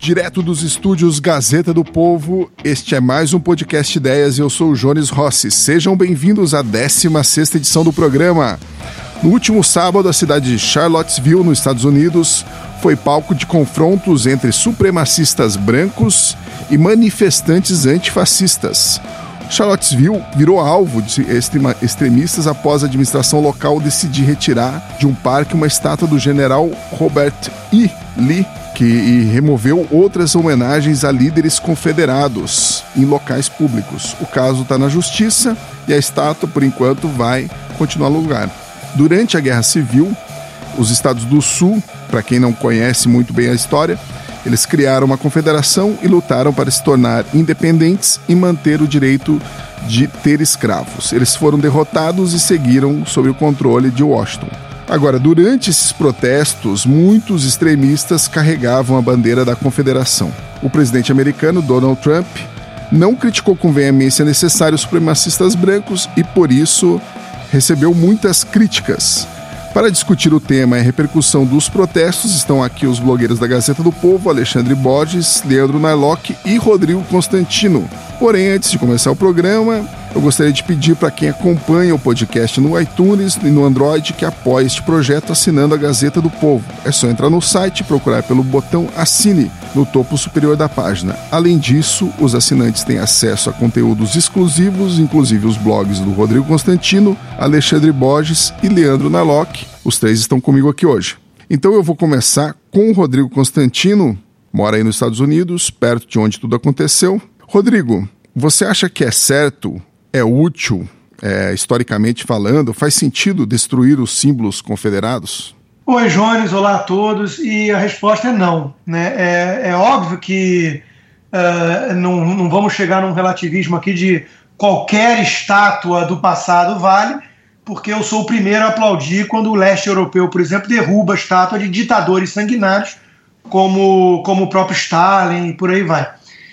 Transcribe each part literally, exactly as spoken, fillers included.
Direto dos estúdios Gazeta do Povo, este é mais um podcast Ideias e eu sou o Jones Rossi. Sejam bem-vindos à décima sexta edição do programa. No último sábado, a cidade de Charlottesville, nos Estados Unidos, foi palco de confrontos entre supremacistas brancos e manifestantes antifascistas. Charlottesville virou alvo de extrema, extremistas após a administração local decidir retirar de um parque uma estátua do general Robert E. Lee, que removeu outras homenagens a líderes confederados em locais públicos. O caso está na justiça e a estátua, por enquanto, vai continuar no lugar. Durante a Guerra Civil, os Estados do Sul, para quem não conhece muito bem a história, eles criaram uma confederação e lutaram para se tornar independentes e manter o direito de ter escravos. Eles foram derrotados e seguiram sob o controle de Washington. Agora, durante esses protestos, muitos extremistas carregavam a bandeira da confederação. O presidente americano, Donald Trump, não criticou com veemência necessária os supremacistas brancos e, por isso, recebeu muitas críticas. Para discutir o tema e a repercussão dos protestos, estão aqui os blogueiros da Gazeta do Povo, Alexandre Borges, Leandro Narlock e Rodrigo Constantino. Porém, antes de começar o programa, eu gostaria de pedir para quem acompanha o podcast no iTunes e no Android que apoie este projeto assinando a Gazeta do Povo. É só entrar no site e procurar pelo botão Assine no topo superior da página. Além disso, os assinantes têm acesso a conteúdos exclusivos, inclusive os blogs do Rodrigo Constantino, Alexandre Borges e Leandro Narlock. Os três estão comigo aqui hoje. Então eu vou começar com o Rodrigo Constantino, mora aí nos Estados Unidos, perto de onde tudo aconteceu. Rodrigo, você acha que é certo, é útil, é, historicamente falando, faz sentido destruir os símbolos confederados? Oi, Jones, olá a todos, e a resposta é não. Né? É, é óbvio que uh, não, não vamos chegar num relativismo aqui de qualquer estátua do passado vale, porque eu sou o primeiro a aplaudir quando o leste europeu, por exemplo, derruba a estátua de ditadores sanguinários, como, como o próprio Stalin e por aí vai.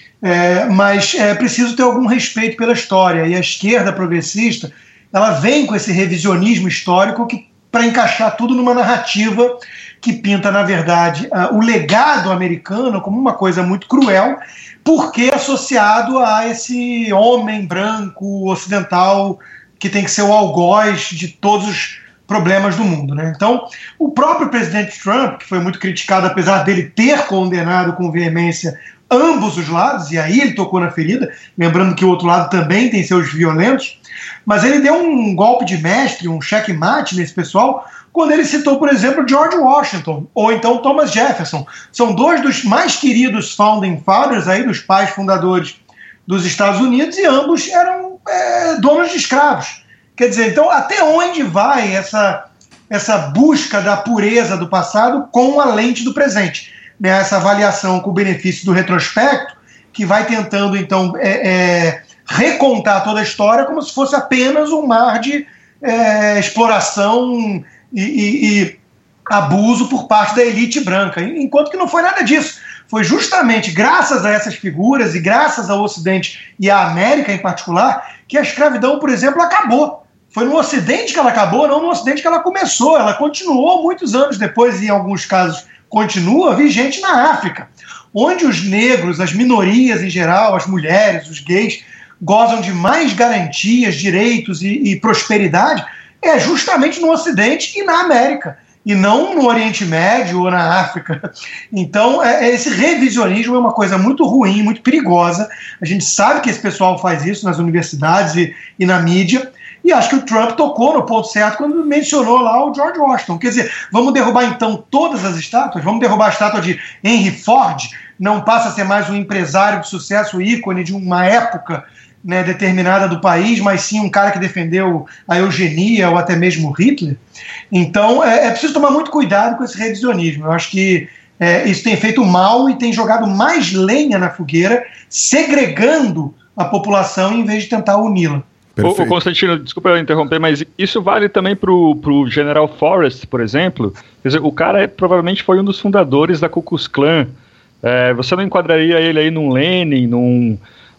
É, mas é preciso ter algum respeito pela história, e a esquerda progressista ela vem com esse revisionismo histórico que para encaixar tudo numa narrativa que pinta, na verdade, uh, o legado americano como uma coisa muito cruel, porque associado a esse homem branco ocidental que tem que ser o algoz de todos os problemas do mundo. Né? Então, o próprio presidente Trump, que foi muito criticado, apesar dele ter condenado com veemência ambos os lados, e aí ele tocou na ferida, lembrando que o outro lado também tem seus violentos, mas ele deu um golpe de mestre, um checkmate nesse pessoal, quando ele citou, por exemplo, George Washington, ou então Thomas Jefferson. São dois dos mais queridos founding fathers, aí, dos pais fundadores dos Estados Unidos, e ambos eram é, donos de escravos. Quer dizer, então, até onde vai essa, essa busca da pureza do passado com a lente do presente? Essa avaliação com o benefício do retrospecto, que vai tentando, então, é, é, recontar toda a história como se fosse apenas um mar de é, exploração e, e, e abuso por parte da elite branca, enquanto que não foi nada disso. Foi justamente graças a essas figuras e graças ao Ocidente e à América em particular que a escravidão, por exemplo, acabou. Foi no Ocidente que ela acabou, não no Ocidente que ela começou. Ela continuou muitos anos depois, em alguns casos, continua vigente na África, onde os negros, as minorias em geral, as mulheres, os gays, gozam de mais garantias, direitos e, e prosperidade, é justamente no Ocidente e na América, e não no Oriente Médio ou na África. Então, é, esse revisionismo é uma coisa muito ruim, muito perigosa. A gente sabe que esse pessoal faz isso nas universidades e, e na mídia, e acho que o Trump tocou no ponto certo quando mencionou lá o George Washington. Quer dizer, vamos derrubar então todas as estátuas? Vamos derrubar a estátua de Henry Ford? Não passa a ser mais um empresário de sucesso, ícone de uma época, né, determinada do país, mas sim um cara que defendeu a eugenia ou até mesmo Hitler? Então é, é preciso tomar muito cuidado com esse revisionismo. Eu acho que é, isso tem feito mal e tem jogado mais lenha na fogueira, segregando a população em vez de tentar uni-la. Ô, Constantino, desculpa eu interromper, mas isso vale também pro, pro General Forrest, por exemplo. Quer dizer, o cara é, provavelmente foi um dos fundadores da Ku Klux Klan. É, você não enquadraria ele aí num Lenin, num,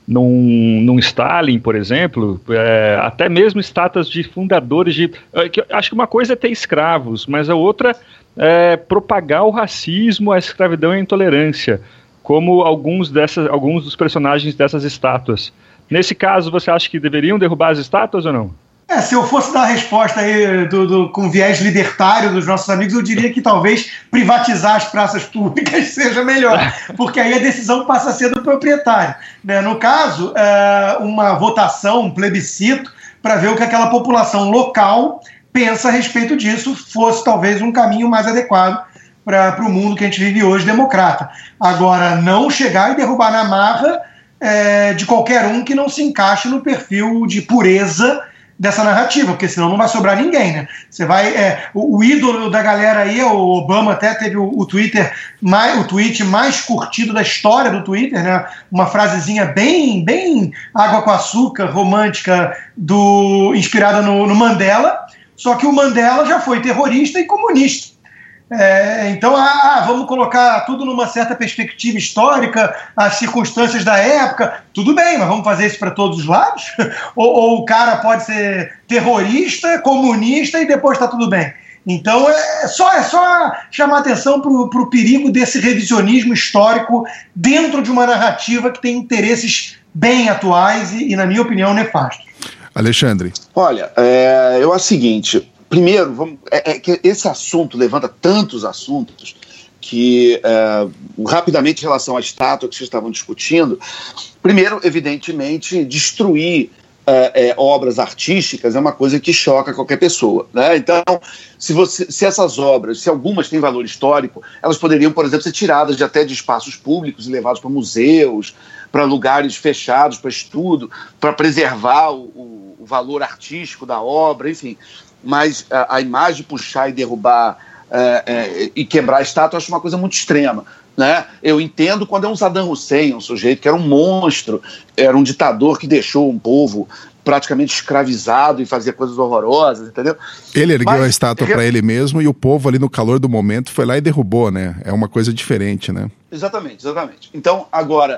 num, num Stalin, por exemplo? É, até mesmo estátuas de fundadores de... É, que, acho que uma coisa é ter escravos, mas a outra é propagar o racismo, a escravidão e a intolerância. como alguns, dessas, alguns dos personagens dessas estátuas. Nesse caso, você acha que deveriam derrubar as estátuas ou não? É, se eu fosse dar a resposta aí do, do, com viés libertário dos nossos amigos, eu diria que talvez privatizar as praças públicas seja melhor, porque aí a decisão passa a ser do proprietário, né? No caso, é, uma votação, um plebiscito, para ver o que aquela população local pensa a respeito disso, fosse talvez um caminho mais adequado para o mundo que a gente vive hoje, democrata. Agora, não chegar e derrubar na marra é, de qualquer um que não se encaixe no perfil de pureza dessa narrativa, porque senão não vai sobrar ninguém, né? Você vai, é, o, o ídolo da galera aí, o Obama até teve o, o Twitter, mais, o tweet mais curtido da história do Twitter, né? Uma frasezinha bem, bem água com açúcar, romântica, do, inspirada no, no Mandela, só que o Mandela já foi terrorista e comunista. É, então, ah, vamos colocar tudo numa certa perspectiva histórica, as circunstâncias da época, tudo bem, mas vamos fazer isso para todos os lados? ou, ou o cara pode ser terrorista, comunista e depois está tudo bem? Então, é só, é só chamar atenção para o perigo desse revisionismo histórico dentro de uma narrativa que tem interesses bem atuais e, e na minha opinião, nefastos. Alexandre. Olha, é, eu acho o seguinte... Primeiro, vamos, é, é que esse assunto levanta tantos assuntos que, é, rapidamente, em relação à estátua que vocês estavam discutindo, primeiro, evidentemente, destruir é, é, obras artísticas é uma coisa que choca qualquer pessoa, né? Então, se, você, se essas obras, se algumas têm valor histórico, elas poderiam, por exemplo, ser tiradas de, até de espaços públicos e levadas para museus, para lugares fechados, para estudo, para preservar o, o, o valor artístico da obra, enfim... Mas a, a imagem de puxar e derrubar é, é, e quebrar a estátua eu acho uma coisa muito extrema, né? Eu entendo quando é um Saddam Hussein, um sujeito que era um monstro, era um ditador que deixou um povo praticamente escravizado e fazia coisas horrorosas, entendeu? Ele ergueu Mas, a estátua para ele mesmo e o povo ali no calor do momento foi lá e derrubou, né? É uma coisa diferente, né? Exatamente, exatamente. Então, agora,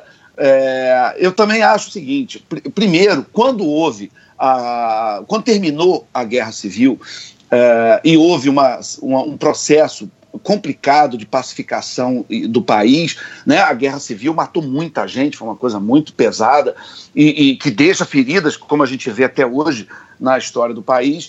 é, eu também acho o seguinte, pr- primeiro, quando houve A, quando terminou a Guerra Civil uh, e houve uma, uma, um processo complicado de pacificação do país, né? A Guerra Civil matou muita gente, foi uma coisa muito pesada e, e que deixa feridas, como a gente vê até hoje na história do país.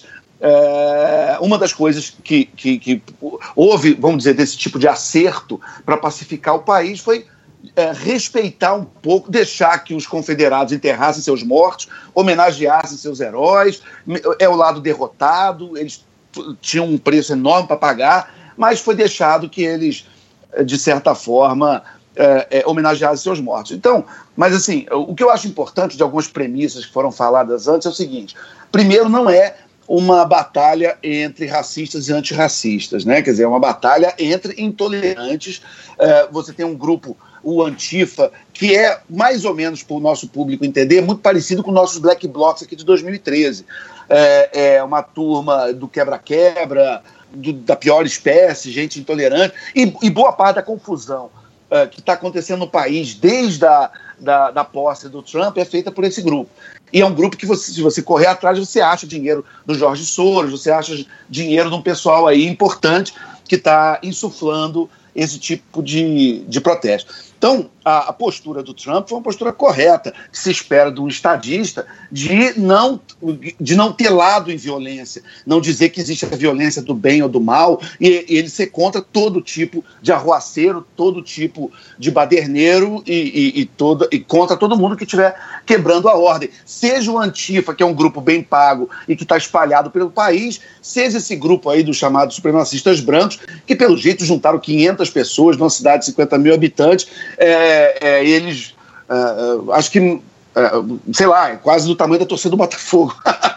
Uh, uma das coisas que, que, que houve, vamos dizer, desse tipo de acerto para pacificar o país foi É, respeitar um pouco, deixar que os confederados enterrassem seus mortos, homenageassem seus heróis. É o lado derrotado, eles tinham um preço enorme para pagar, mas foi deixado que eles, de certa forma, é, é, homenageassem seus mortos. Então, mas assim, o que eu acho importante de algumas premissas que foram faladas antes é o seguinte: primeiro, não é uma batalha entre racistas e antirracistas, né? Quer dizer, é uma batalha entre intolerantes. É, você tem um grupo, o Antifa, que é, mais ou menos, para o nosso público entender, muito parecido com nossos Black Blocs aqui de dois mil e treze. É, é uma turma do quebra-quebra, do, da pior espécie, gente intolerante, e, e boa parte da confusão é, que está acontecendo no país desde a da, da posse do Trump é feita por esse grupo. E é um grupo que, você, se você correr atrás, você acha dinheiro do Jorge Soros, você acha dinheiro de um pessoal aí importante que está insuflando esse tipo de, de protesto. Então, a, a postura do Trump foi uma postura correta, que se espera de um estadista, de não, de não ter lado em violência, não dizer que existe a violência do bem ou do mal, e, e ele ser contra todo tipo de arruaceiro, todo tipo de baderneiro e, e, e, todo, e contra todo mundo que estiver quebrando a ordem. Seja o Antifa, que é um grupo bem pago e que está espalhado pelo país, seja esse grupo aí dos chamados supremacistas brancos, que pelo jeito juntaram quinhentas pessoas numa cidade de cinquenta mil habitantes. É, é, eles, uh, uh, acho que, uh, sei lá, é quase do tamanho da torcida do Botafogo.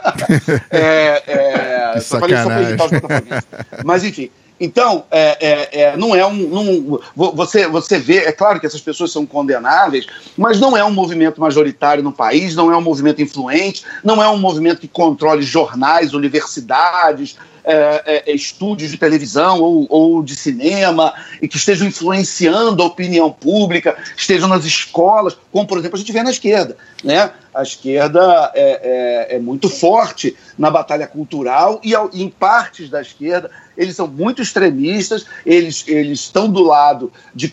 é, é, que só falei só para irritar os botafoguenses. Mas, enfim, então, é, é, é, não é um... Não, você, você vê, é claro que essas pessoas são condenáveis, mas não é um movimento majoritário no país, não é um movimento influente, não é um movimento que controle jornais, universidades, é, é, estúdios de televisão ou, ou de cinema e que estejam influenciando a opinião pública, estejam nas escolas, como, por exemplo, a gente vê na esquerda, né? A esquerda é, é, é muito forte na batalha cultural e, e em partes da esquerda eles são muito extremistas, eles, eles estão do lado de,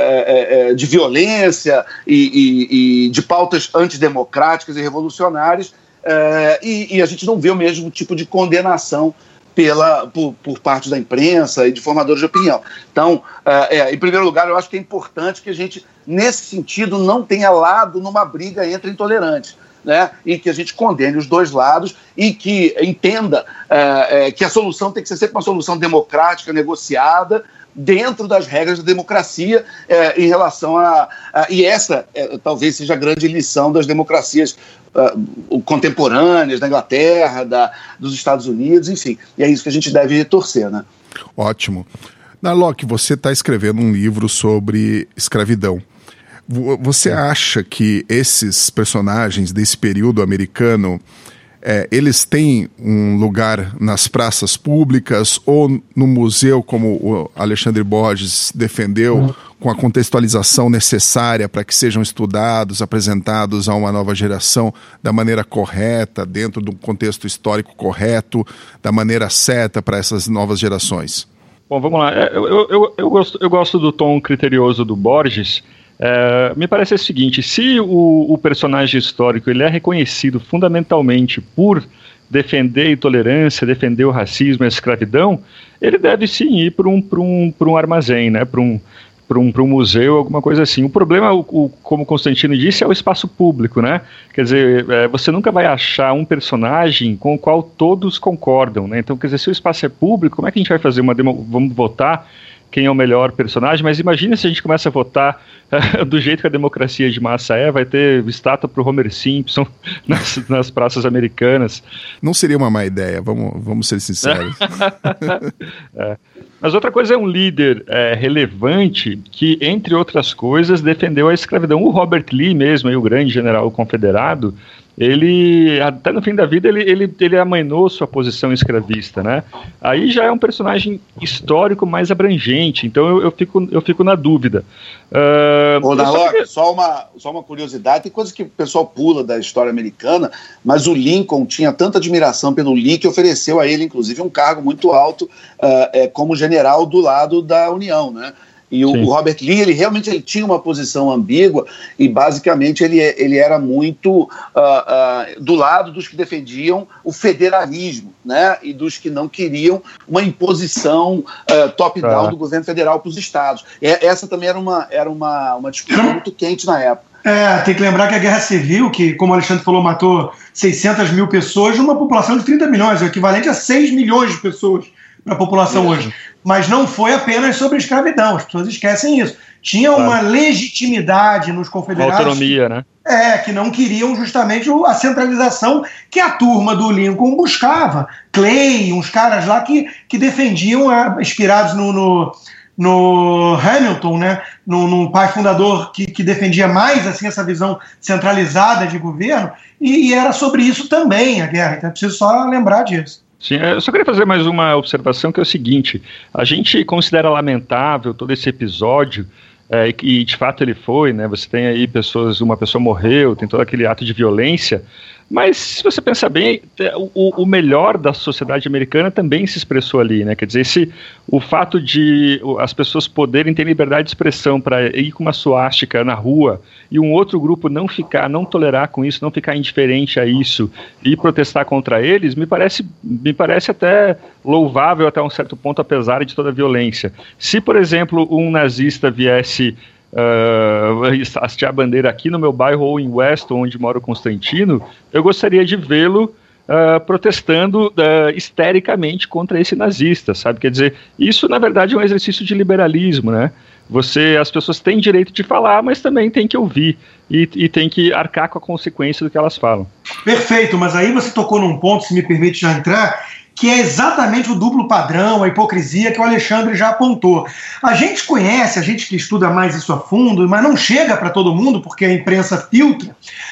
é, de violência e, e, e de pautas antidemocráticas e revolucionárias, é, e, e a gente não vê o mesmo tipo de condenação pela, por, por parte da imprensa e de formadores de opinião. Então, é, em primeiro lugar, eu acho que é importante que a gente, nesse sentido, não tenha lado numa briga entre intolerantes, né? E que a gente condene os dois lados e que entenda é, é, que a solução tem que ser sempre uma solução democrática, negociada, dentro das regras da democracia, é, em relação a, a... E essa é, talvez seja a grande lição das democracias uh, contemporâneas, da Inglaterra, da, dos Estados Unidos, enfim. E é isso que a gente deve torcer, né? Ótimo. Narlock, você está escrevendo um livro sobre escravidão. Você acha que esses personagens desse período americano, é, eles têm um lugar nas praças públicas ou no museu, como o Alexandre Borges defendeu, uhum. com a contextualização necessária para que sejam estudados, apresentados a uma nova geração da maneira correta, dentro de um contexto histórico correto, da maneira certa para essas novas gerações? Bom, vamos lá. Eu, eu, eu, eu, gosto, eu gosto do tom criterioso do Borges. É, me parece o seguinte: se o, o personagem histórico ele é reconhecido fundamentalmente por defender a intolerância, defender o racismo e a escravidão, ele deve sim ir para um, para um, para um armazém, né, para um, para um, para um museu, alguma coisa assim. O problema, o, o, como Constantino disse, é o espaço público, né? Quer dizer, é, você nunca vai achar um personagem com o qual todos concordam, né? Então, quer dizer, se o espaço é público, como é que a gente vai fazer uma demo, vamos votar quem é o melhor personagem? Mas imagina se a gente começa a votar uh, do jeito que a democracia de massa é, vai ter estátua para o Homer Simpson nas, nas praças americanas. Não seria uma má ideia, vamos, vamos ser sinceros. é. Mas outra coisa é um líder é, relevante que, entre outras coisas, defendeu a escravidão. O Robert Lee mesmo, aí, o grande general confederado, ele, até no fim da vida, ele, ele, ele amainou sua posição escravista, né? Aí já é um personagem histórico mais abrangente, então eu, eu, fico, eu fico na dúvida. Uh, Ô, Narlock, só, só, uma, só uma curiosidade, tem coisas que o pessoal pula da história americana, mas o Lincoln tinha tanta admiração pelo Lee que ofereceu a ele, inclusive, um cargo muito alto uh, é, como general do lado da União, né? E o, o Robert Lee, ele realmente ele tinha uma posição ambígua e basicamente ele, ele era muito uh, uh, do lado dos que defendiam o federalismo, né? E dos que não queriam uma imposição uh, top-down ah. do governo federal para os estados. E essa também era uma, era uma, uma discussão muito quente na época. É, tem que lembrar que a Guerra Civil, que, como o Alexandre falou, matou seiscentas mil pessoas, numa população de trinta milhões, o equivalente a seis milhões de pessoas para a população hoje. Mas não foi apenas sobre a escravidão, as pessoas esquecem isso. Tinha uma claro. legitimidade nos confederados. Autonomia, né? É, que não queriam justamente a centralização que a turma do Lincoln buscava. Clay, uns caras lá que, que defendiam, inspirados no, no, no Hamilton, né? no, no pai fundador que, que defendia mais assim, essa visão centralizada de governo, e, e era sobre isso também a guerra. Então é preciso só lembrar disso. Sim, eu só queria fazer mais uma observação, que é o seguinte: a gente considera lamentável todo esse episódio, é, e de fato ele foi, né? Você tem aí pessoas, uma pessoa morreu, tem todo aquele ato de violência, mas se você pensar bem, o, o melhor da sociedade americana também se expressou ali, né? Quer dizer, esse, o fato de as pessoas poderem ter liberdade de expressão para ir com uma suástica na rua e um outro grupo não ficar, não tolerar com isso, não ficar indiferente a isso e protestar contra eles, me parece, me parece até louvável até um certo ponto, apesar de toda a violência. Se, por exemplo, um nazista viesse Uh, hastear a bandeira aqui no meu bairro ou em Weston, onde mora o Constantino, eu gostaria de vê-lo uh, protestando uh, histericamente contra esse nazista, sabe? Quer dizer, isso na verdade é um exercício de liberalismo, né? Você, as pessoas têm direito de falar, mas também tem que ouvir e, e tem que arcar com a consequência do que elas falam. Perfeito, mas aí você tocou num ponto, se me permite já entrar, que é exatamente o duplo padrão, a hipocrisia que o Alexandre já apontou. A gente conhece, a gente que estuda mais isso a fundo, mas não chega para todo mundo, porque a imprensa filtra,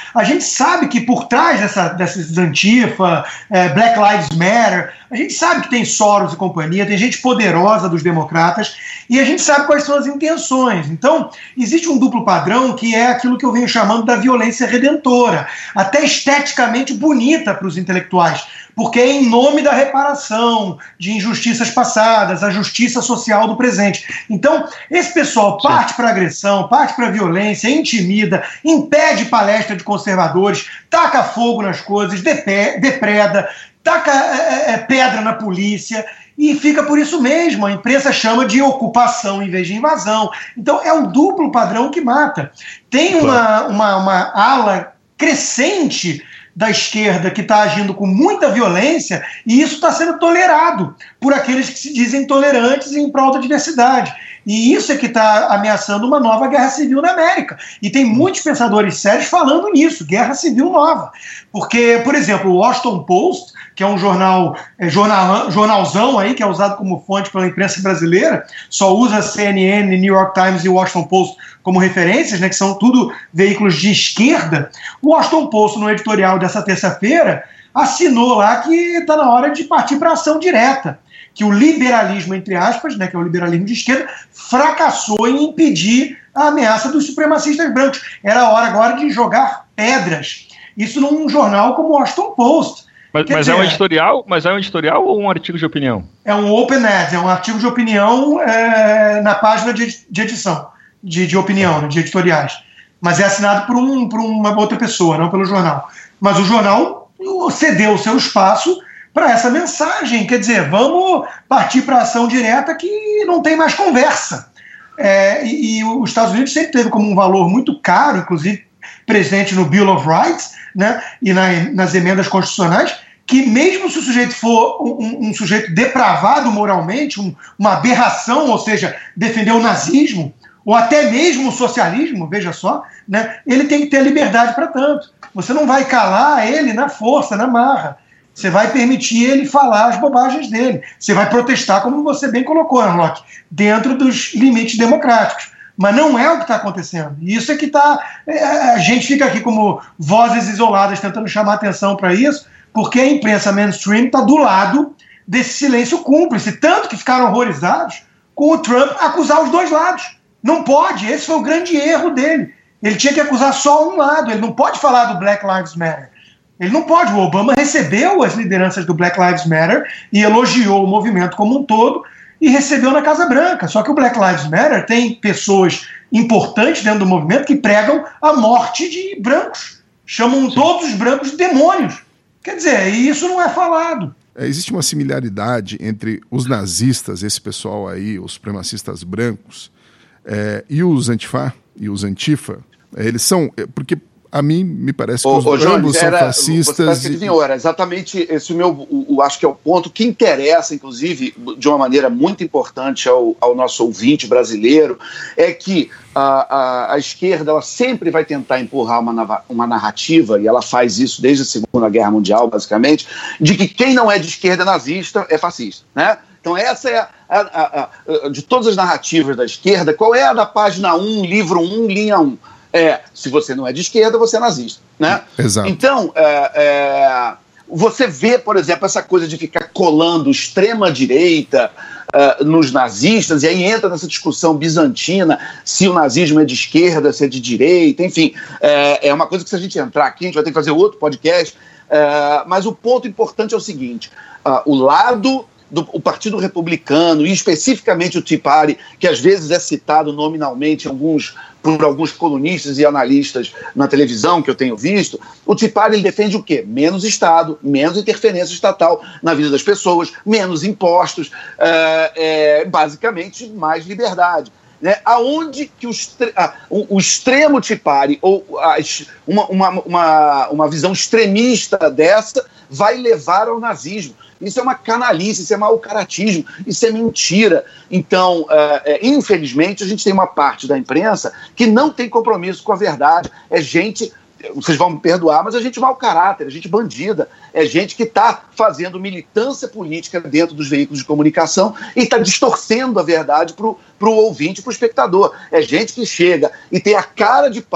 A gente sabe que por trás dessa, desses Antifa, é, Black Lives Matter, a gente sabe que tem Soros e companhia, tem gente poderosa dos democratas, e a gente sabe quais são as intenções. Então, existe um duplo padrão que é aquilo que eu venho chamando da violência redentora, até esteticamente bonita para os intelectuais, porque é em nome da reparação de injustiças passadas, a justiça social do presente. Então, esse pessoal parte para agressão, parte para violência, intimida, impede palestra de conservadores, taca fogo nas coisas, depreda, taca é, é, pedra na polícia, e fica por isso mesmo. A imprensa chama de ocupação em vez de invasão. Então, é o duplo padrão que mata. Tem uma, uma, uma ala crescente da esquerda que está agindo com muita violência, e isso está sendo tolerado por aqueles que se dizem tolerantes em prol da diversidade. E isso é que está ameaçando uma nova guerra civil na América. E tem muitos pensadores sérios falando nisso, guerra civil nova. Porque, por exemplo, o Washington Post, que é um jornal, é, jornal, jornalzão aí, que é usado como fonte pela imprensa brasileira, só usa C N N, New York Times e Washington Post como referências, né, que são tudo veículos de esquerda. O Washington Post, no editorial dessa terça-feira, assinou lá que está na hora de partir para ação direta, que o liberalismo, entre aspas, né, que é o liberalismo de esquerda, fracassou em impedir a ameaça dos supremacistas brancos. Era a hora agora de jogar pedras. Isso num jornal como o Washington Post. Mas, mas dizer, é um editorial, mas é um editorial ou um artigo de opinião? É um open ad, é um artigo de opinião é, na página de, de edição, de, de opinião, né, de editoriais. Mas é assinado por, um, por uma outra pessoa, não pelo jornal. Mas o jornal cedeu o seu espaço para essa mensagem, quer dizer, vamos partir para a ação direta que não tem mais conversa. É, e, e os Estados Unidos sempre teve como um valor muito caro, inclusive presente no Bill of Rights, né, e na, nas emendas constitucionais, que mesmo se o sujeito for um, um sujeito depravado moralmente, um, uma aberração, ou seja, defender o nazismo, ou até mesmo o socialismo, veja só, né, ele tem que ter a liberdade para tanto. Você não vai calar ele na força, na marra. Você vai permitir ele falar as bobagens dele. Você vai protestar, como você bem colocou, Arlock, dentro dos limites democráticos. Mas não é o que está acontecendo. E isso é que está... É, a gente fica aqui como vozes isoladas tentando chamar atenção para isso, porque a imprensa mainstream está do lado desse silêncio cúmplice. Tanto que ficaram horrorizados com o Trump acusar os dois lados. Não pode. Esse foi o grande erro dele. Ele tinha que acusar só um lado. Ele não pode falar do Black Lives Matter. Ele não pode. O Obama recebeu as lideranças do Black Lives Matter e elogiou o movimento como um todo e recebeu na Casa Branca. Só que o Black Lives Matter tem pessoas importantes dentro do movimento que pregam a morte de brancos. Chamam Sim. todos os brancos de demônios. Quer dizer, e isso não é falado. É, existe uma similaridade entre os nazistas, esse pessoal aí, os supremacistas brancos, é, e os Antifa, e os Antifa. É, eles são... É, porque... A mim, me parece que ô, os ô, ambos era, são fascistas. Você parece que adivinhou, era exatamente esse o meu, o, o, acho que é o ponto que interessa, inclusive, de uma maneira muito importante ao, ao nosso ouvinte brasileiro, é que a, a, a esquerda ela sempre vai tentar empurrar uma, uma narrativa, e ela faz isso desde a Segunda Guerra Mundial, basicamente, de que quem não é de esquerda é nazista, é fascista, né? Então essa é, a, a, a, a, de todas as narrativas da esquerda, qual é a da página um, livro um, linha um? É, se você não é de esquerda, você é nazista, né? Exato. Então, é, é, você vê, por exemplo, essa coisa de ficar colando extrema-direita uh, nos nazistas, e aí entra nessa discussão bizantina, se o nazismo é de esquerda, se é de direita, enfim, é, é uma coisa que se a gente entrar aqui, a gente vai ter que fazer outro podcast, uh, mas o ponto importante é o seguinte, uh, o lado... Do, o Partido Republicano, e especificamente o Tea Party, que às vezes é citado nominalmente alguns, por alguns colunistas e analistas na televisão que eu tenho visto, o Tea Party ele defende o quê? Menos Estado, menos interferência estatal na vida das pessoas, menos impostos, é, é, basicamente mais liberdade. Né? Aonde que o, ah, o, o extremo Tea Party, ou a, uma, uma, uma, uma visão extremista dessa, vai levar ao nazismo? Isso é uma canalice, isso é mau caratismo, isso é mentira. Então, é, é, infelizmente, a gente tem uma parte da imprensa que não tem compromisso com a verdade. É gente, vocês vão me perdoar, mas é gente mau caráter, é gente bandida, é gente que está fazendo militância política dentro dos veículos de comunicação e está distorcendo a verdade para o ouvinte, para o espectador. É gente que chega e tem a cara de pau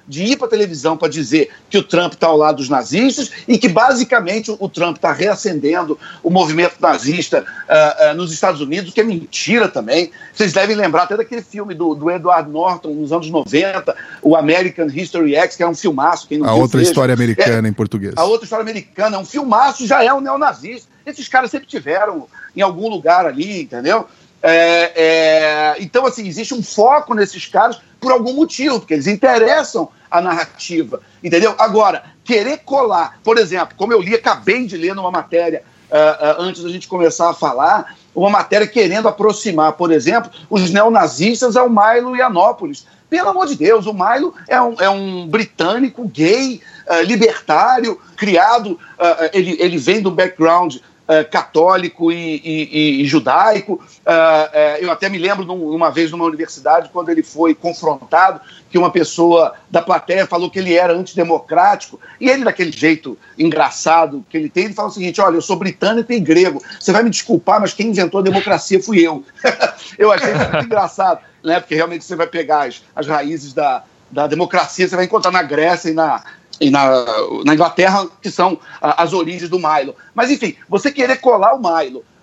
de ir para a televisão para dizer que o Trump está ao lado dos nazistas e que, basicamente, o, o Trump está reacendendo o movimento nazista uh, uh, nos Estados Unidos, que é mentira também. Vocês devem lembrar até daquele filme do, do Edward Norton, nos anos noventa, o American History X, que era um filmaço. Quem não a viu, outra veja. história americana é, em português. A outra história americana, é um filmaço, já é um neonazista. Esses caras sempre tiveram em algum lugar ali, entendeu? É, é, então, assim, existe um foco nesses caras por algum motivo, porque eles interessam a narrativa, entendeu? Agora, querer colar, por exemplo, como eu li, acabei de ler numa matéria, uh, uh, antes da gente começar a falar, uma matéria querendo aproximar, por exemplo, os neonazistas ao Milo Yiannopoulos. Pelo amor de Deus, o Milo é um, é um britânico gay, uh, libertário, criado, uh, ele, ele vem do background Uh, católico e, e, e judaico. Uh, uh, eu até me lembro num, uma vez numa universidade, quando ele foi confrontado, que uma pessoa da plateia falou que ele era antidemocrático, e ele, daquele jeito engraçado que ele tem, ele fala o seguinte: olha, eu sou britânico e grego, você vai me desculpar, mas quem inventou a democracia fui eu. Eu achei isso muito engraçado, né? Porque realmente você vai pegar as, as raízes da, da democracia, você vai encontrar na Grécia e na e na, na Inglaterra, que são uh, as origens do Milo. Mas, enfim, você querer colar o Milo, uh,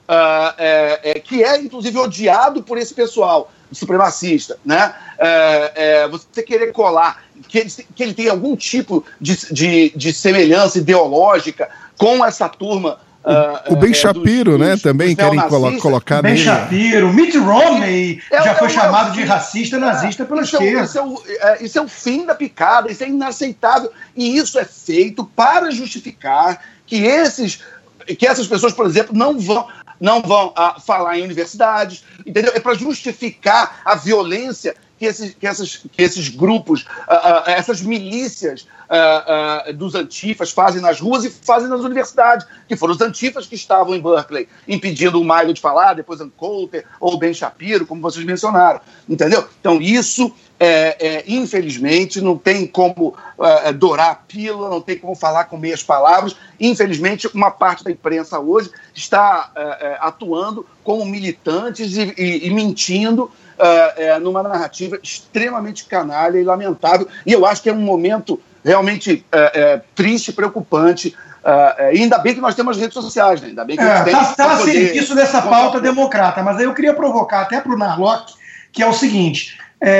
é, é, que é, inclusive, odiado por esse pessoal supremacista, né? É, é, você querer colar que ele, que ele tem algum tipo de, de, de semelhança ideológica com essa turma. O, o Ben é, Shapiro, dos, né, dos, também dos querem colo colocar Ben nele. Shapiro, Mitt Romney é, já é, foi é, chamado é, de racista, nazista é, pela isso esquerda. É, isso, é o, é, isso é o fim da picada, isso é inaceitável. E isso é feito para justificar que, esses, que essas pessoas, por exemplo, não vão, não vão ah, falar em universidades, entendeu? É para justificar a violência que esses, que essas, que esses grupos, uh, uh, essas milícias uh, uh, dos antifas fazem nas ruas e fazem nas universidades, que foram os antifas que estavam em Berkeley, impedindo o Milo de falar, depois o Coulter ou o Ben Shapiro, como vocês mencionaram, entendeu? Então isso, é, é, infelizmente, não tem como uh, dourar a pílula, não tem como falar com meias palavras. Infelizmente, uma parte da imprensa hoje está uh, uh, atuando como militantes e, e, e mentindo Uh, é, numa narrativa extremamente canalha e lamentável, e eu acho que é um momento realmente é, é, triste e preocupante, uh, é, e ainda bem que nós temos as redes sociais, né? Ainda bem que é, a gente tem tá, tá poder... serviço dessa pauta democrata, mas aí eu queria provocar até para o Narlock, que é o seguinte,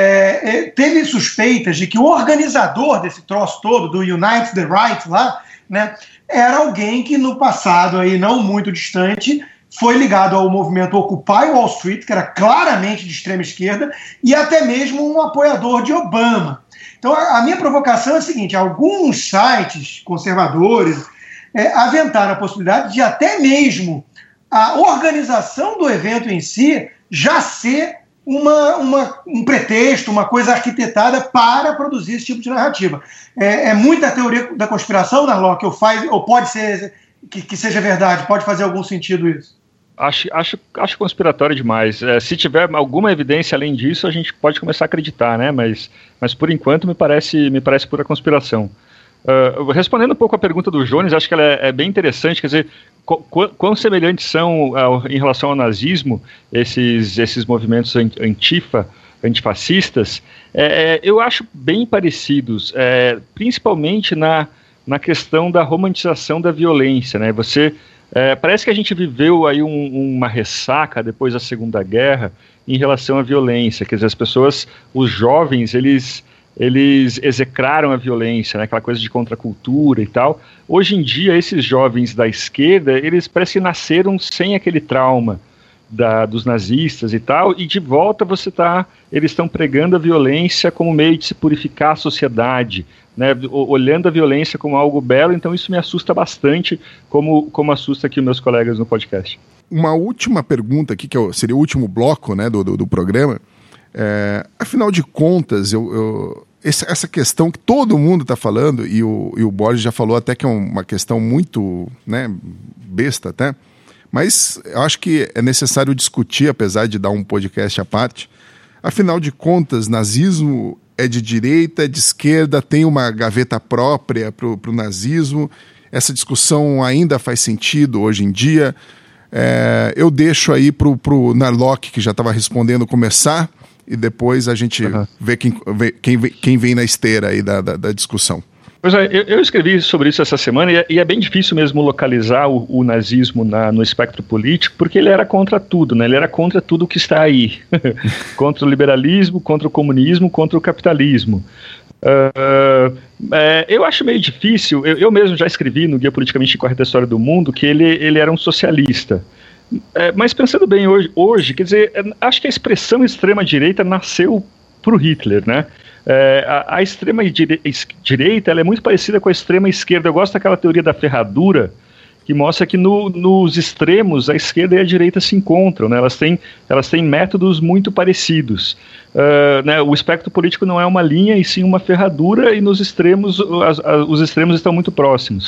é, é, teve suspeitas de que o organizador desse troço todo, do Unite the Right lá, né, era alguém que no passado aí não muito distante foi ligado ao movimento Occupy Wall Street, que era claramente de extrema esquerda, e até mesmo um apoiador de Obama. Então, a minha provocação é a seguinte: alguns sites conservadores é, aventaram a possibilidade de até mesmo a organização do evento em si já ser uma, uma, um pretexto, uma coisa arquitetada para produzir esse tipo de narrativa. É, é muita teoria da conspiração, Narlock, ou, faz, ou pode ser que, que seja verdade, pode fazer algum sentido isso? Acho, acho, acho conspiratório demais. É, se tiver alguma evidência além disso, a gente pode começar a acreditar, né? Mas, mas por enquanto me parece, me parece pura conspiração. Uh, respondendo um pouco a pergunta do Jones, acho que ela é, é bem interessante. Quer dizer, qu quão semelhantes são uh, em relação ao nazismo esses, esses movimentos antifa, antifascistas? É, eu acho bem parecidos, é, principalmente na, na questão da romantização da violência, né? Você É, parece que a gente viveu aí um, uma ressaca depois da Segunda Guerra em relação à violência, quer dizer, as pessoas, os jovens, eles, eles execraram a violência, né, aquela coisa de contracultura e tal. Hoje em dia, esses jovens da esquerda, eles parecem que nasceram sem aquele trauma da, dos nazistas e tal, e de volta você tá, eles estão pregando a violência como meio de se purificar a sociedade, né, olhando a violência como algo belo. Então isso me assusta bastante, como, como assusta aqui os meus colegas no podcast. Uma última pergunta aqui, que seria o último bloco, né, do, do, do programa. É, afinal de contas, eu, eu, essa, essa questão que todo mundo está falando, e o, e o Borges já falou até que é uma questão muito, né, besta até, mas eu acho que é necessário discutir, apesar de dar um podcast à parte. Afinal de contas, nazismo é de direita, é de esquerda, tem uma gaveta própria para o nazismo. Essa discussão ainda faz sentido hoje em dia. É, eu deixo aí para o Narlock, que já estava respondendo, começar, e depois a gente uhum. vê, quem, vê quem, quem vem na esteira aí da, da, da discussão. Pois é, eu, eu escrevi sobre isso essa semana e é, e é bem difícil mesmo localizar o, o nazismo na, no espectro político, porque ele era contra tudo, né? Ele era contra tudo que está aí. Contra o liberalismo, contra o comunismo, contra o capitalismo. Uh, é, eu acho meio difícil, eu, eu mesmo já escrevi no Guia Politicamente Incorreto da História do Mundo que ele, ele era um socialista. É, mas pensando bem hoje, hoje, quer dizer, acho que a expressão extrema-direita nasceu para o Hitler, né? É, a, a extrema-direita ela é muito parecida com a extrema-esquerda. Eu gosto daquela teoria da ferradura, que mostra que no, nos extremos a esquerda e a direita se encontram, né? Elas têm, elas têm métodos muito parecidos. Uh, né? O espectro político não é uma linha, e sim uma ferradura, e nos extremos, as, as, os extremos estão muito próximos.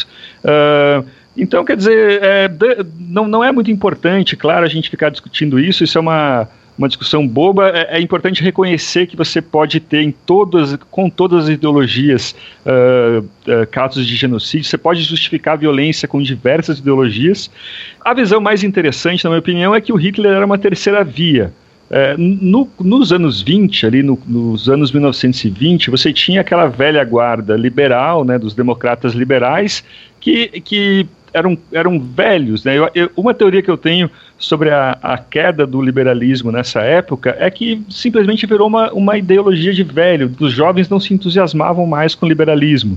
Uh, então, quer dizer, é, de, não, não é muito importante, claro, a gente ficar discutindo isso, isso é uma... uma discussão boba. É, é importante reconhecer que você pode ter em todas, com todas as ideologias uh, uh, casos de genocídio, você pode justificar a violência com diversas ideologias. A visão mais interessante, na minha opinião, é que o Hitler era uma terceira via. É, no, nos anos vinte, ali no, nos anos mil novecentos e vinte, você tinha aquela velha guarda liberal, né, dos democratas liberais, que, que eram, eram velhos, né? Eu, eu, uma teoria que eu tenho sobre a, a queda do liberalismo nessa época é que simplesmente virou uma, uma ideologia de velho. Os jovens não se entusiasmavam mais com o liberalismo.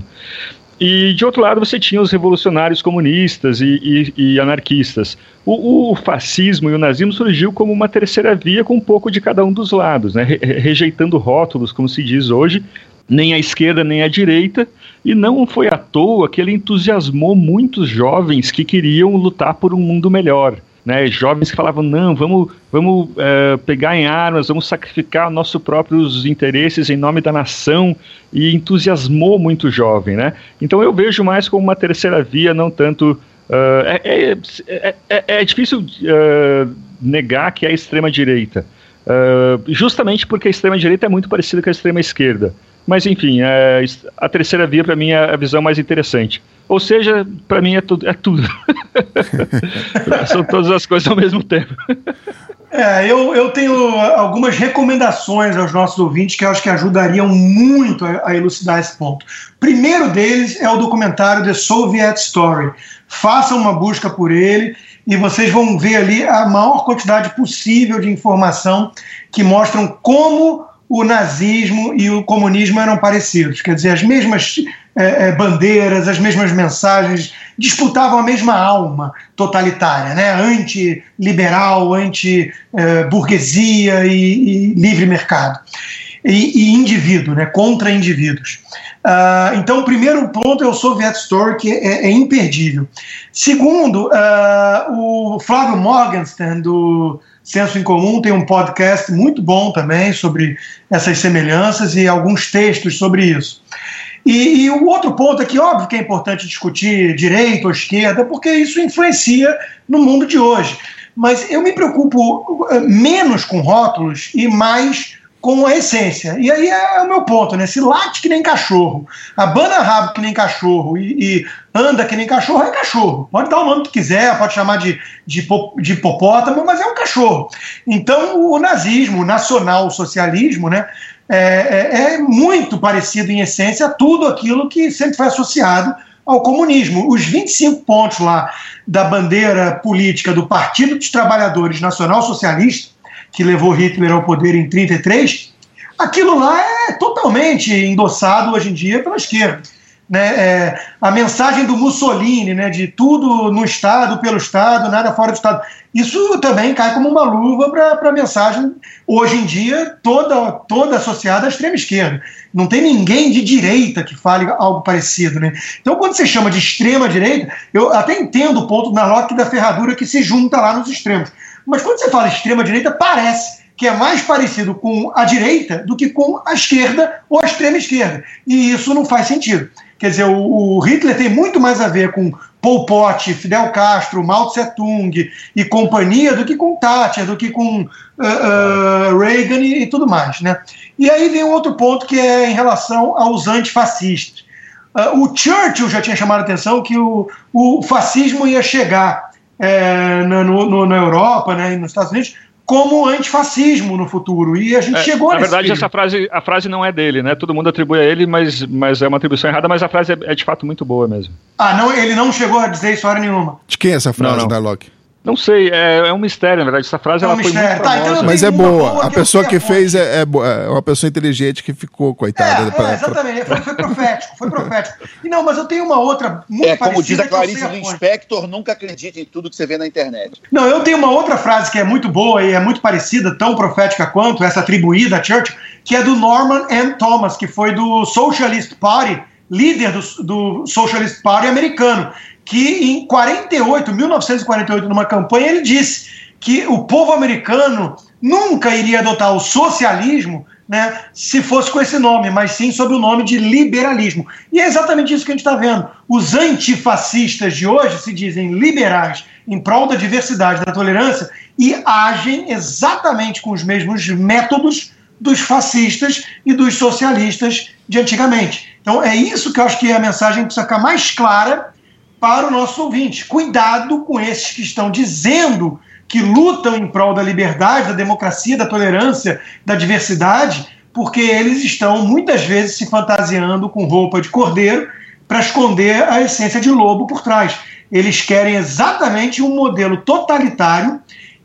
E, de outro lado, você tinha os revolucionários comunistas e, e, e anarquistas. O, o fascismo e o nazismo surgiu como uma terceira via com um pouco de cada um dos lados, né? Re, rejeitando rótulos, como se diz hoje, nem a esquerda nem a direita, e não foi à toa que ele entusiasmou muitos jovens que queriam lutar por um mundo melhor. Né, jovens que falavam, não, vamos, vamos uh, pegar em armas, vamos sacrificar nossos próprios interesses em nome da nação, e entusiasmou muito jovem, né? Então eu vejo mais como uma terceira via, não tanto... Uh, é, é, é, é difícil uh, negar que é a extrema-direita, uh, justamente porque a extrema-direita é muito parecida com a extrema-esquerda. Mas, enfim, é, a terceira via, para mim, é a visão mais interessante. Ou seja, para mim é tudo. É tudo. São todas as coisas ao mesmo tempo. É, eu, eu tenho algumas recomendações aos nossos ouvintes que eu acho que ajudariam muito a, a elucidar esse ponto. Primeiro deles é o documentário The Soviet Story. Façam uma busca por ele e vocês vão ver ali a maior quantidade possível de informação que mostram como o nazismo e o comunismo eram parecidos. Quer dizer, as mesmas é, bandeiras, as mesmas mensagens, disputavam a mesma alma totalitária, né? Anti-liberal, anti-burguesia e, e livre mercado. E, e indivíduo, né? Contra indivíduos. Uh, então, o primeiro ponto é o Soviet Story, que é, é imperdível. Segundo, uh, o Flávio Morgenstern, do Senso em Comum, tem um podcast muito bom também sobre essas semelhanças e alguns textos sobre isso. E, e o outro ponto é que, óbvio que é importante discutir direita ou esquerda, porque isso influencia no mundo de hoje. Mas eu me preocupo menos com rótulos e mais com a essência. E aí é o meu ponto, né? Se late que nem cachorro, abana rabo que nem cachorro e, e anda que nem cachorro, é cachorro. Pode dar o nome que quiser, pode chamar de, de, de hipopótamo, mas é um cachorro. Então o nazismo, o nacional-socialismo, né, é, é, é muito parecido em essência a tudo aquilo que sempre foi associado ao comunismo. Os vinte e cinco pontos lá da bandeira política do Partido dos Trabalhadores Nacional Socialista, que levou Hitler ao poder em trinta e três, aquilo lá é totalmente endossado hoje em dia pela esquerda. Né? É, a mensagem do Mussolini, né, de tudo no Estado, pelo Estado, nada fora do Estado, isso também cai como uma luva para a mensagem, hoje em dia, toda, toda associada à extrema esquerda. Não tem ninguém de direita que fale algo parecido. Né? Então, quando você chama de extrema direita, eu até entendo o ponto na lógica da ferradura que se junta lá nos extremos. Mas quando você fala extrema-direita, parece que é mais parecido com a direita do que com a esquerda ou a extrema-esquerda. E isso não faz sentido. Quer dizer, o, o Hitler tem muito mais a ver com Pol Pot, Fidel Castro, Mao Tse-tung e companhia do que com Thatcher, do que com uh, uh, Reagan e, e tudo mais. Né? E aí vem um outro ponto que é em relação aos antifascistas. Uh, o Churchill já tinha chamado a atenção que o, o fascismo ia chegar É, na, no, na Europa, né, e nos Estados Unidos, como antifascismo no futuro. E a gente é, chegou na nesse verdade, período. essa frase, a frase não é dele, né? Todo mundo atribui a ele, mas, mas é uma atribuição errada, mas a frase é, é de fato muito boa mesmo. Ah, não, ele não chegou a dizer isso hora nenhuma. De quem é essa frase, Não, não. Darlock? Não sei, é, é um mistério, na verdade. Essa frase É um ela foi mistério. muito Tá, famosa. então Mas é Tem uma boa. boa A que eu pessoa sei que a fez é, é, bo- é uma pessoa inteligente que ficou, coitada. É, pra- é, exatamente, foi, foi profético, foi profético. E não, mas eu tenho uma outra muito É, como diz parecida a que eu sei Clarice a fonte. Lispector, nunca acredite em tudo que você vê na internet. Não, eu tenho uma outra frase que é muito boa e é muito parecida, tão profética quanto essa atribuída a Churchill, que é do Norman M. Thomas, que foi do Socialist Party, líder do, do Socialist Party americano, que em quarenta e oito, mil novecentos e quarenta e oito, numa campanha, ele disse que o povo americano nunca iria adotar o socialismo, né, se fosse com esse nome, mas sim sob o nome de liberalismo. E é exatamente isso que a gente está vendo. Os antifascistas de hoje se dizem liberais em prol da diversidade, da tolerância, e agem exatamente com os mesmos métodos dos fascistas e dos socialistas de antigamente. Então é isso que eu acho que é a mensagem que precisa ficar mais clara para o nosso ouvinte. Cuidado com esses que estão dizendo que lutam em prol da liberdade, da democracia, da tolerância, da diversidade, porque eles estão muitas vezes se fantasiando com roupa de cordeiro para esconder a essência de lobo por trás. Eles querem exatamente um modelo totalitário,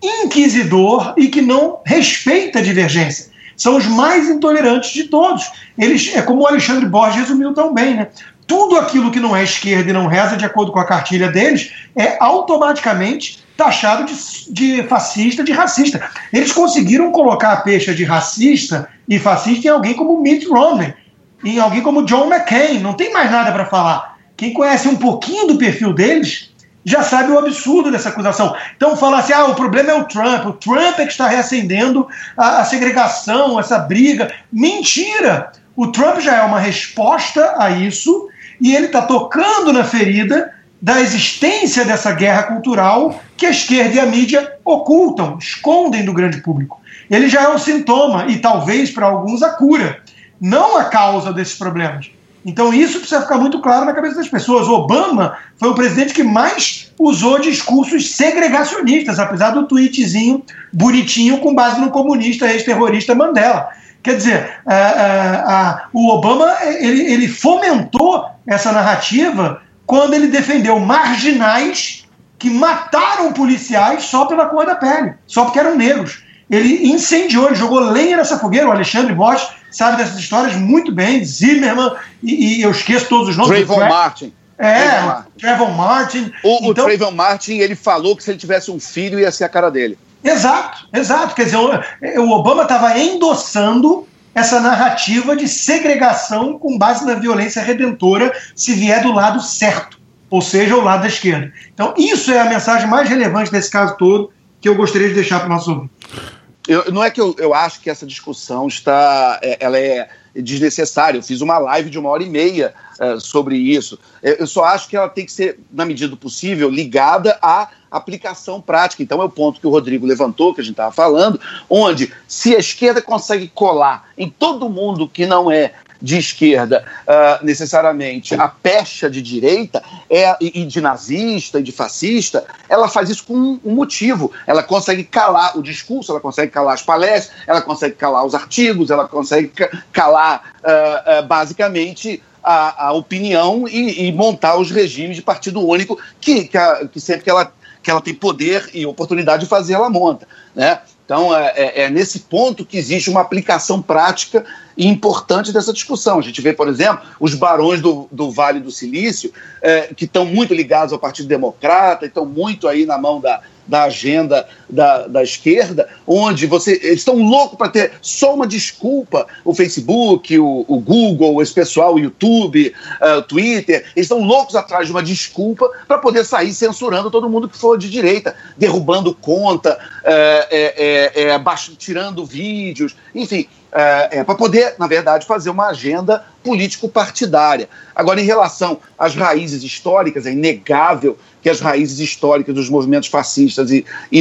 inquisidor e que não respeita a divergência. São os mais intolerantes de todos. Eles, é como o Alexandre Borges resumiu tão bem, né? Tudo aquilo que não é esquerda e não reza de acordo com a cartilha deles é automaticamente taxado de, de fascista, de racista. Eles conseguiram colocar a pecha de racista e fascista em alguém como Mitt Romney, em alguém como John McCain. Não tem mais nada para falar. Quem conhece um pouquinho do perfil deles já sabe o absurdo dessa acusação. Então falar assim, ah, o problema é o Trump, o Trump é que está reacendendo a, a segregação, essa briga. Mentira! O Trump já é uma resposta a isso e ele está tocando na ferida da existência dessa guerra cultural que a esquerda e a mídia ocultam, escondem do grande público. Ele já é um sintoma e talvez para alguns a cura, não a causa desses problemas. Então isso precisa ficar muito claro na cabeça das pessoas. O Obama foi o presidente que mais usou discursos segregacionistas, apesar do tweetzinho bonitinho com base no comunista ex-terrorista Mandela. Quer dizer, a, a, a, o Obama ele, ele fomentou essa narrativa quando ele defendeu marginais que mataram policiais só pela cor da pele, só porque eram negros. Ele incendiou, ele jogou lenha nessa fogueira. O Alexandre Borges sabe dessas histórias muito bem, Zimmerman, e, e eu esqueço todos os nomes. Trayvon Tra Martin. É, Trayvon Martin. Trayvon Martin. O, então, o Trayvon Martin, ele falou que se ele tivesse um filho ia ser a cara dele. Exato, exato. Quer dizer, o, o Obama estava endossando essa narrativa de segregação com base na violência redentora se vier do lado certo, ou seja, o lado da esquerda. Então isso é a mensagem mais relevante desse caso todo que eu gostaria de deixar para o nosso ouvinte. Eu, não é que eu, eu acho que essa discussão está, é, ela é desnecessária. Eu fiz uma live de uma hora e meia uh, sobre isso. Eu, eu só acho que ela tem que ser, na medida do possível, ligada à aplicação prática. Então é o ponto que o Rodrigo levantou, que a gente estava falando, onde se a esquerda consegue colar em todo mundo que não é de esquerda, uh, necessariamente, a pecha de direita é, e de nazista e de fascista, ela faz isso com um, um motivo. Ela consegue calar o discurso, ela consegue calar as palestras, ela consegue calar os artigos, ela consegue calar, uh, uh, basicamente, a, a opinião e, e montar os regimes de partido único que, que, a, que sempre que ela, que ela tem poder e oportunidade de fazer, ela monta, né? Então, é, é nesse ponto que existe uma aplicação prática e importante dessa discussão. A gente vê, por exemplo, os barões do, do Vale do Silício, é, que estão muito ligados ao Partido Democrata, estão muito aí na mão da, da agenda da, da esquerda, onde você, eles estão loucos para ter só uma desculpa, o Facebook, o, o Google, esse pessoal, o YouTube, uh, o Twitter, eles estão loucos atrás de uma desculpa para poder sair censurando todo mundo que for de direita, derrubando conta, é, é, é, baixo, tirando vídeos, enfim, é, é, para poder, na verdade, fazer uma agenda político-partidária. Agora, em relação às raízes históricas, é inegável que as raízes históricas dos movimentos fascistas e, e nazistas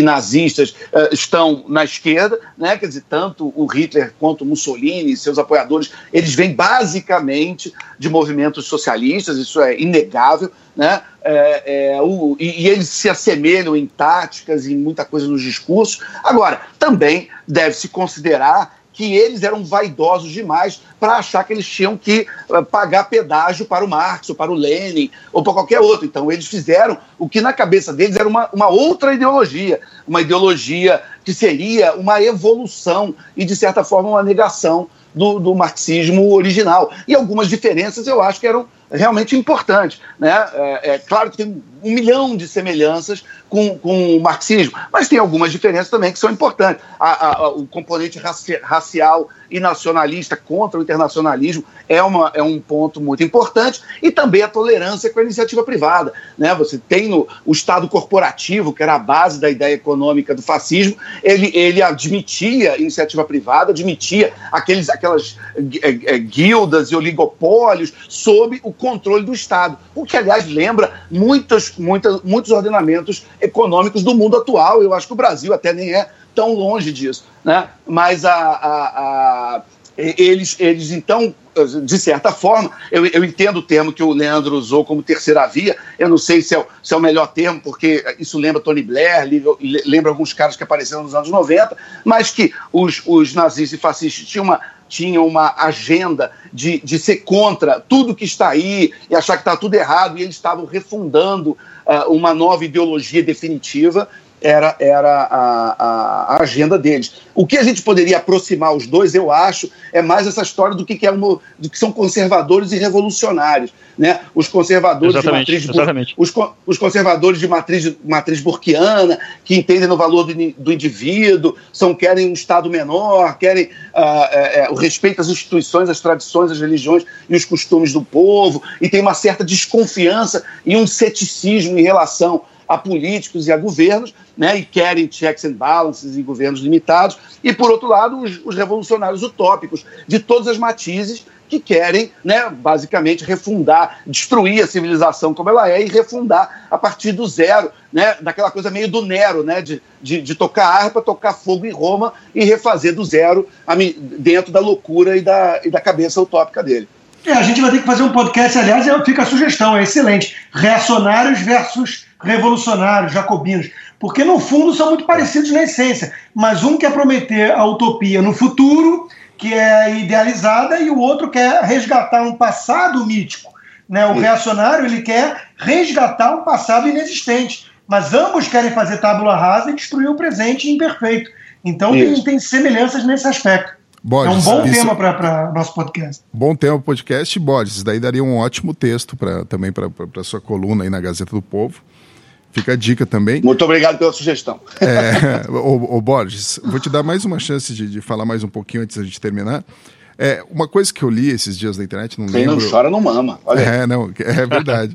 nazistas uh, estão na esquerda, né? Quer dizer, tanto o Hitler quanto o Mussolini e seus apoiadores, eles vêm basicamente de movimentos socialistas, isso é inegável, né? É, é, o, e, e eles se assemelham em táticas e em muita coisa nos discursos. Agora, também deve-se considerar que eles eram vaidosos demais para achar que eles tinham que uh, pagar pedágio para o Marx, ou para o Lenin, ou para qualquer outro. Então, eles fizeram o que na cabeça deles era uma, uma outra ideologia, uma ideologia que seria uma evolução e, de certa forma, uma negação do, do marxismo original. E algumas diferenças eu acho que eram realmente importantes, né? É, é claro que tem um milhão de semelhanças com, com o marxismo, mas tem algumas diferenças também que são importantes. A, a, o componente raci racial e nacionalista contra o internacionalismo é, uma, é um ponto muito importante, e também a tolerância com a iniciativa privada, né? Você tem no, o Estado corporativo, que era a base da ideia econômica do fascismo, ele, ele admitia iniciativa privada, admitia aqueles, aquelas é, é, guildas e oligopólios sob o controle do Estado, o que, aliás, lembra muitos, muitas, muitos ordenamentos econômicos do mundo atual. Eu acho que o Brasil até nem é tão longe disso, né? Mas a, a, a, eles, eles, então, de certa forma, eu, eu entendo o termo que o Leandro usou como terceira via, eu não sei se é, se é o melhor termo, porque isso lembra Tony Blair, lembra alguns caras que apareceram nos anos noventa, mas que os, os nazistas e fascistas tinham uma tinha uma agenda de, de ser contra tudo que está aí e achar que está tudo errado, e eles estavam refundando uh, uma nova ideologia definitiva, era, era a, a, a agenda deles. O que a gente poderia aproximar os dois, eu acho, é mais essa história do que, que, é uma, do que são conservadores e revolucionários, né? Os conservadores exatamente, de matriz exatamente. Os, os conservadores de matriz, matriz burkiana, que entendem no valor do, do indivíduo, são, querem um Estado menor, querem uh, é, o respeito às instituições, às tradições, às religiões e os costumes do povo, e tem uma certa desconfiança e um ceticismo em relação a políticos e a governos, né, e querem checks and balances e governos limitados, e, por outro lado, os, os revolucionários utópicos de todas as matizes que querem, né, basicamente, refundar, destruir a civilização como ela é e refundar a partir do zero, né, daquela coisa meio do Nero, né, de, de, de tocar harpa, tocar fogo em Roma e refazer do zero a, dentro da loucura e da, e da cabeça utópica dele. É, a gente vai ter que fazer um podcast, aliás, fica a sugestão, é excelente. Reacionários versus revolucionários, jacobinos. Porque, no fundo, são muito parecidos na essência. Mas um quer prometer a utopia no futuro, que é idealizada, e o outro quer resgatar um passado mítico, né? O reacionário, ele quer resgatar um passado inexistente. Mas ambos querem fazer tábula rasa e destruir o presente imperfeito. Então, tem, tem semelhanças nesse aspecto. Borges, é um bom isso... tema para nosso podcast. Bom tema para podcast, Borges. Isso daí daria um ótimo texto pra, também para a sua coluna aí na Gazeta do Povo. Fica a dica também. Muito obrigado pela sugestão. É, ô, ô Borges, vou te dar mais uma chance de, de falar mais um pouquinho antes da gente terminar. É, uma coisa que eu li esses dias na internet, não Quem lembro... Quem não chora não mama. Olha. É, não, é verdade.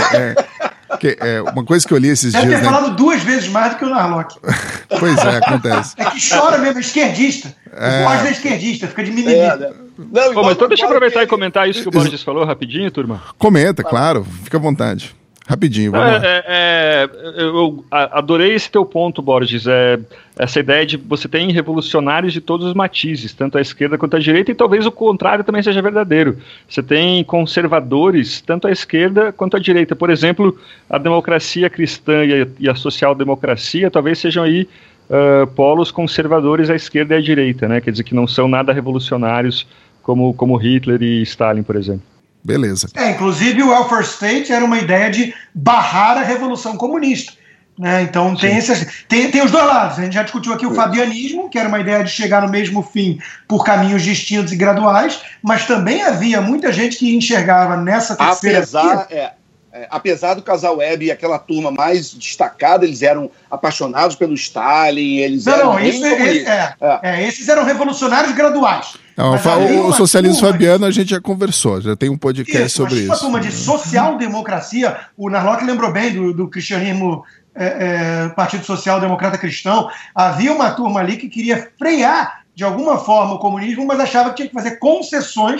é, que, é, uma coisa que eu li esses Deve dias... Deve ter falado duas vezes mais do que o Narlock. Pois é, acontece. É que chora mesmo, é esquerdista. É... O Borges é esquerdista, fica de mimimi. É, né? Não, Pô, mas então deixa eu aproveitar que... e comentar isso que o Borges falou rapidinho, turma. Comenta, claro. Fica à vontade. Rapidinho, vamos é, lá. É, é, eu adorei esse teu ponto, Borges. É, essa ideia de você tem revolucionários de todos os matizes, tanto à esquerda quanto à direita, e talvez o contrário também seja verdadeiro. Você tem conservadores, tanto à esquerda quanto à direita. Por exemplo, a democracia cristã e a, e a social-democracia talvez sejam aí uh, polos conservadores à esquerda e à direita, né? Quer dizer, que não são nada revolucionários como, como Hitler e Stalin, por exemplo. Beleza. É, inclusive o welfare state era uma ideia de barrar a revolução comunista, né? Então tem, esses, tem, tem os dois lados. A gente já discutiu aqui o fabianismo, que era uma ideia de chegar no mesmo fim por caminhos distintos e graduais, mas também havia muita gente que enxergava nessa terceira apesar, é, é, apesar do casal Webb e aquela turma mais destacada, eles eram apaixonados pelo Stalin, eles não, eram não, isso, esse, é, é. É, esses eram revolucionários graduais. Não, o, o socialismo fabiano a gente já conversou, já tem um podcast isso, sobre isso. Uma turma de social-democracia, o Narlock lembrou bem do, do cristianismo, é, é, Partido Social Democrata Cristão, havia uma turma ali que queria frear de alguma forma o comunismo, mas achava que tinha que fazer concessões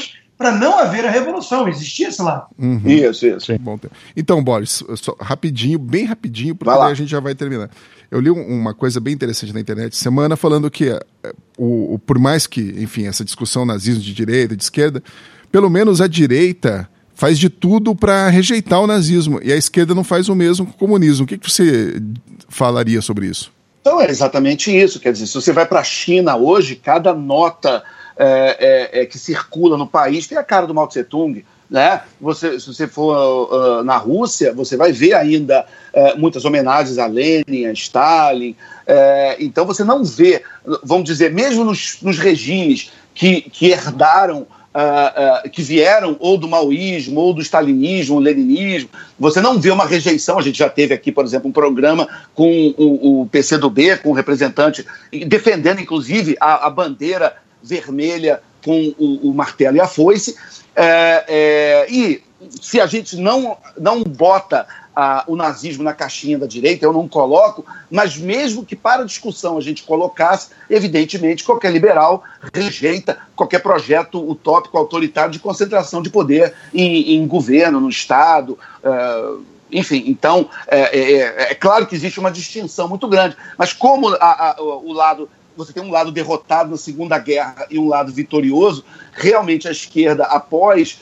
para não haver a revolução. Existia esse lado. Uhum. Isso, isso. Bom, então, Boris, só rapidinho, bem rapidinho, porque daí a gente já vai terminar. Eu li uma coisa bem interessante na internet semana falando que o, o, por mais que, enfim, essa discussão nazismo de direita, de esquerda, pelo menos a direita faz de tudo para rejeitar o nazismo e a esquerda não faz o mesmo com o comunismo. O que, que você falaria sobre isso? Então é exatamente isso. Quer dizer, se você vai para a China hoje, cada nota é, é, é, que circula no país tem a cara do Mao Tse Tung. Né? Você, se você for uh, na Rússia, você vai ver ainda uh, muitas homenagens a Lenin, a Stalin. Uh, então você não vê, vamos dizer, mesmo nos, nos regimes que, que herdaram, uh, uh, que vieram ou do maoísmo, ou do stalinismo, ou leninismo, você não vê uma rejeição. A gente já teve aqui, por exemplo, um programa com o, o P C do B, com o representante, defendendo inclusive a, a bandeira vermelha com o, o martelo e a foice. É, é, e se a gente não, não bota a, o nazismo na caixinha da direita, eu não coloco, mas mesmo que para a discussão a gente colocasse, evidentemente qualquer liberal rejeita qualquer projeto utópico, autoritário de concentração de poder em, em governo, no Estado, é, enfim. Então é, é, é claro que existe uma distinção muito grande, mas como a, a, o lado... você tem um lado derrotado na Segunda Guerra e um lado vitorioso, realmente a esquerda, após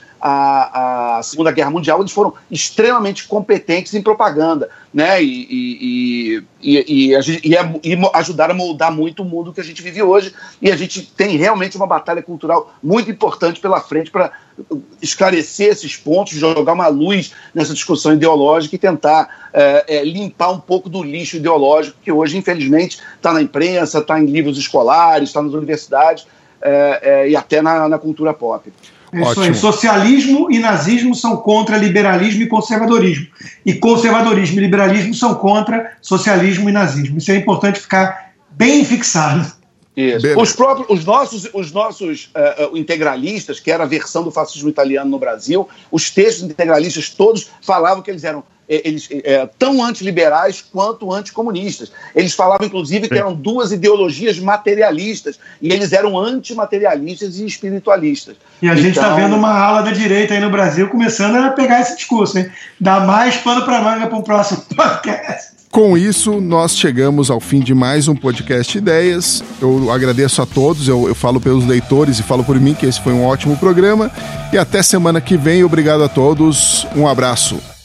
a, a Segunda Guerra Mundial, eles foram extremamente competentes em propaganda, né? E, e, e, e, e, e ajudaram a moldar muito o mundo que a gente vive hoje, e a gente tem realmente uma batalha cultural muito importante pela frente para esclarecer esses pontos, jogar uma luz nessa discussão ideológica e tentar é, é, limpar um pouco do lixo ideológico que hoje, infelizmente, está na imprensa, está em livros escolares, está nas universidades é, é, e até na, na cultura pop. Isso aí. Socialismo e nazismo são contra liberalismo e conservadorismo. E conservadorismo e liberalismo são contra socialismo e nazismo. Isso é importante ficar bem fixado. Isso. Os, próprios, os nossos, os nossos uh, integralistas, que era a versão do fascismo italiano no Brasil, os textos integralistas todos falavam que eles eram eles, é, tão antiliberais quanto anticomunistas. Eles falavam, inclusive, que eram duas ideologias materialistas, e eles eram antimaterialistas e espiritualistas. E a gente está então... vendo uma ala da direita aí no Brasil começando a pegar esse discurso, hein? Dá mais pano para manga para um próximo podcast. Com isso, nós chegamos ao fim de mais um podcast Ideias. Eu agradeço a todos, eu, eu falo pelos leitores e falo por mim que esse foi um ótimo programa. E até semana que vem. Obrigado a todos. Um abraço.